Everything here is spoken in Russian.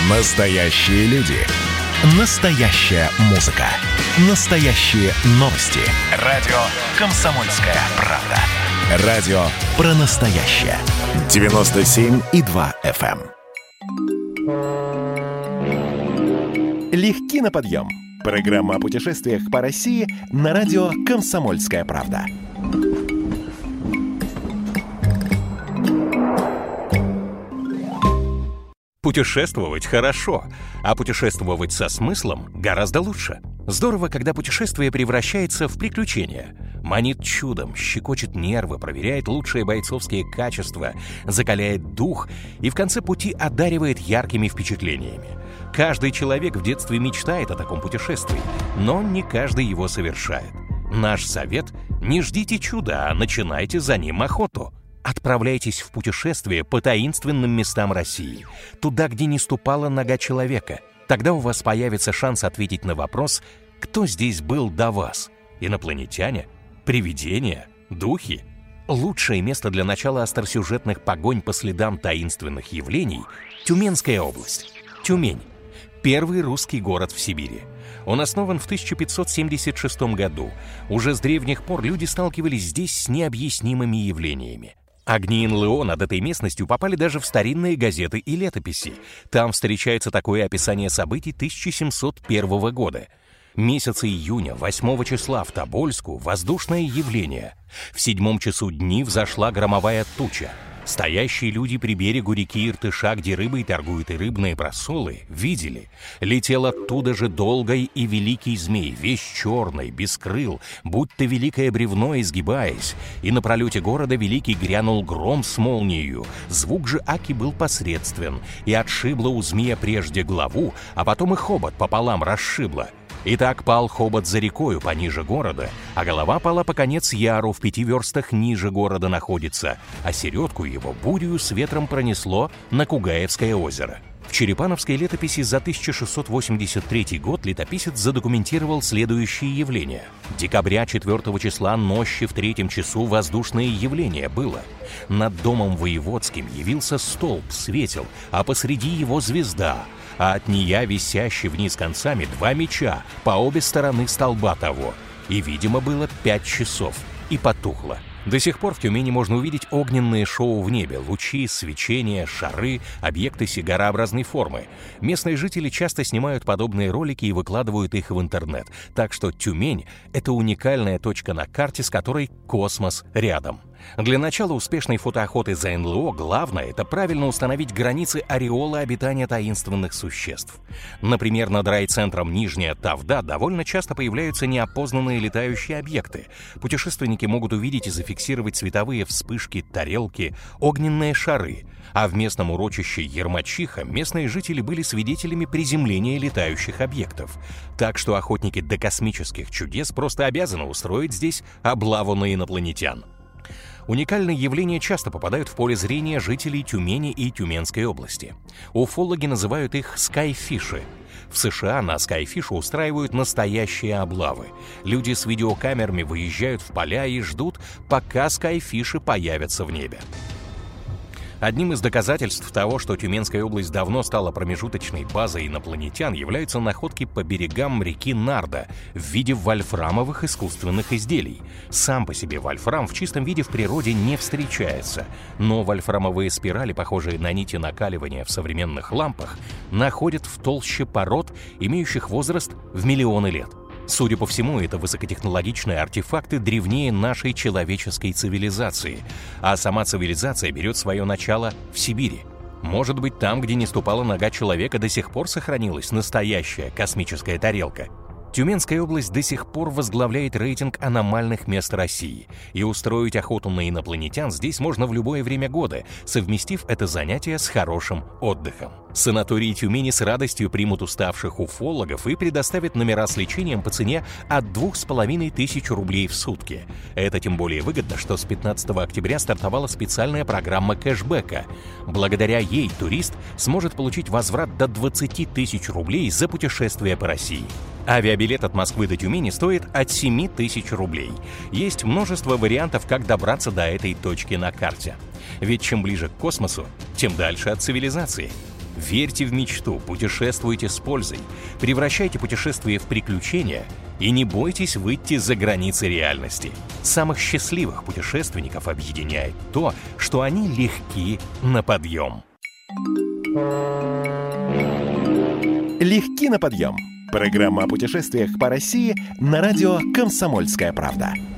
Настоящие люди. Настоящая музыка. Настоящие новости. Радио «Комсомольская правда». Радио про настоящее. 97,2 FM. Легки на подъем. Программа о путешествиях по России на радио «Комсомольская правда». Путешествовать хорошо, а путешествовать со смыслом гораздо лучше. Здорово, когда путешествие превращается в приключение. Манит чудом, щекочет нервы, проверяет лучшие бойцовские качества, закаляет дух и в конце пути одаривает яркими впечатлениями. Каждый человек в детстве мечтает о таком путешествии, но не каждый его совершает. Наш совет – не ждите чуда, а начинайте за ним охоту. Отправляйтесь в путешествие по таинственным местам России, туда, где не ступала нога человека. Тогда у вас появится шанс ответить на вопрос, кто здесь был до вас? Инопланетяне? Привидения? Духи? Лучшее место для начала остросюжетных погонь по следам таинственных явлений – Тюменская область. Тюмень – первый русский город в Сибири. Он основан в 1576 году. Уже с древних пор люди сталкивались здесь с необъяснимыми явлениями. Огни НЛО над этой местностью попали даже в старинные газеты и летописи. Там встречается такое описание событий 1701 года. Месяца июня, 8 числа в Тобольску воздушное явление. В 7 часу дни взошла громовая туча. Стоящие люди при берегу реки Иртыша, где рыбой торгуют и рыбные просолы, видели. Летел оттуда же долгой и великий змей, весь черный, без крыл, будто великое бревно изгибаясь. И на пролете города великий грянул гром с молнией. Звук же аки был посредствен, и отшибло у змея прежде главу, а потом и хобот пополам расшибло. И так пал хобот за рекою пониже города, а голова пала по конец яру, в 5 верстах ниже города находится, а середку его бурею с ветром пронесло на Кугаевское озеро. В Черепановской летописи за 1683 год летописец задокументировал следующие явления. Декабря 4 числа ночи в 3 часу воздушное явление было. Над домом воеводским явился столб, светил, а посреди его звезда, а от нея висящие вниз концами 2 меча по обе стороны столба того. И, видимо, было 5 часов, и потухло. До сих пор в Тюмени можно увидеть огненные шоу в небе, лучи, свечения, шары, объекты сигарообразной формы. Местные жители часто снимают подобные ролики и выкладывают их в интернет. Так что Тюмень — это уникальная точка на карте, с которой космос рядом. Для начала успешной фотоохоты за НЛО главное — это правильно установить границы ореола обитания таинственных существ. Например, над райцентром Нижняя Тавда довольно часто появляются неопознанные летающие объекты. Путешественники могут увидеть и зафиксировать световые вспышки, тарелки, огненные шары. А в местном урочище Ермачиха местные жители были свидетелями приземления летающих объектов. Так что охотники до космических чудес просто обязаны устроить здесь облаву на инопланетян. Уникальные явления часто попадают в поле зрения жителей Тюмени и Тюменской области. Уфологи называют их скайфиши. В США на скайфишу устраивают настоящие облавы. Люди с видеокамерами выезжают в поля и ждут, пока скайфиши появятся в небе. Одним из доказательств того, что Тюменская область давно стала промежуточной базой инопланетян, являются находки по берегам реки Нарда в виде вольфрамовых искусственных изделий. Сам по себе вольфрам в чистом виде в природе не встречается, но вольфрамовые спирали, похожие на нити накаливания в современных лампах, находят в толще пород, имеющих возраст в миллионы лет. Судя по всему, это высокотехнологичные артефакты древнее нашей человеческой цивилизации, а сама цивилизация берет свое начало в Сибири. Может быть, там, где не ступала нога человека, до сих пор сохранилась настоящая космическая тарелка. Тюменская область до сих пор возглавляет рейтинг аномальных мест России, и устроить охоту на инопланетян здесь можно в любое время года, совместив это занятие с хорошим отдыхом. Санатории Тюмени с радостью примут уставших уфологов и предоставят номера с лечением по цене от 2500 рублей в сутки. Это тем более выгодно, что с 15 октября стартовала специальная программа кэшбэка. Благодаря ей турист сможет получить возврат до 20 тысяч рублей за путешествие по России. Авиабилет от Москвы до Тюмени стоит от 7 тысяч рублей. Есть множество вариантов, как добраться до этой точки на карте. Ведь чем ближе к космосу, тем дальше от цивилизации. Верьте в мечту, путешествуйте с пользой, превращайте путешествие в приключения и не бойтесь выйти за границы реальности. Самых счастливых путешественников объединяет то, что они легки на подъем. «Легки на подъем». Программа о путешествиях по России на радио «Комсомольская правда».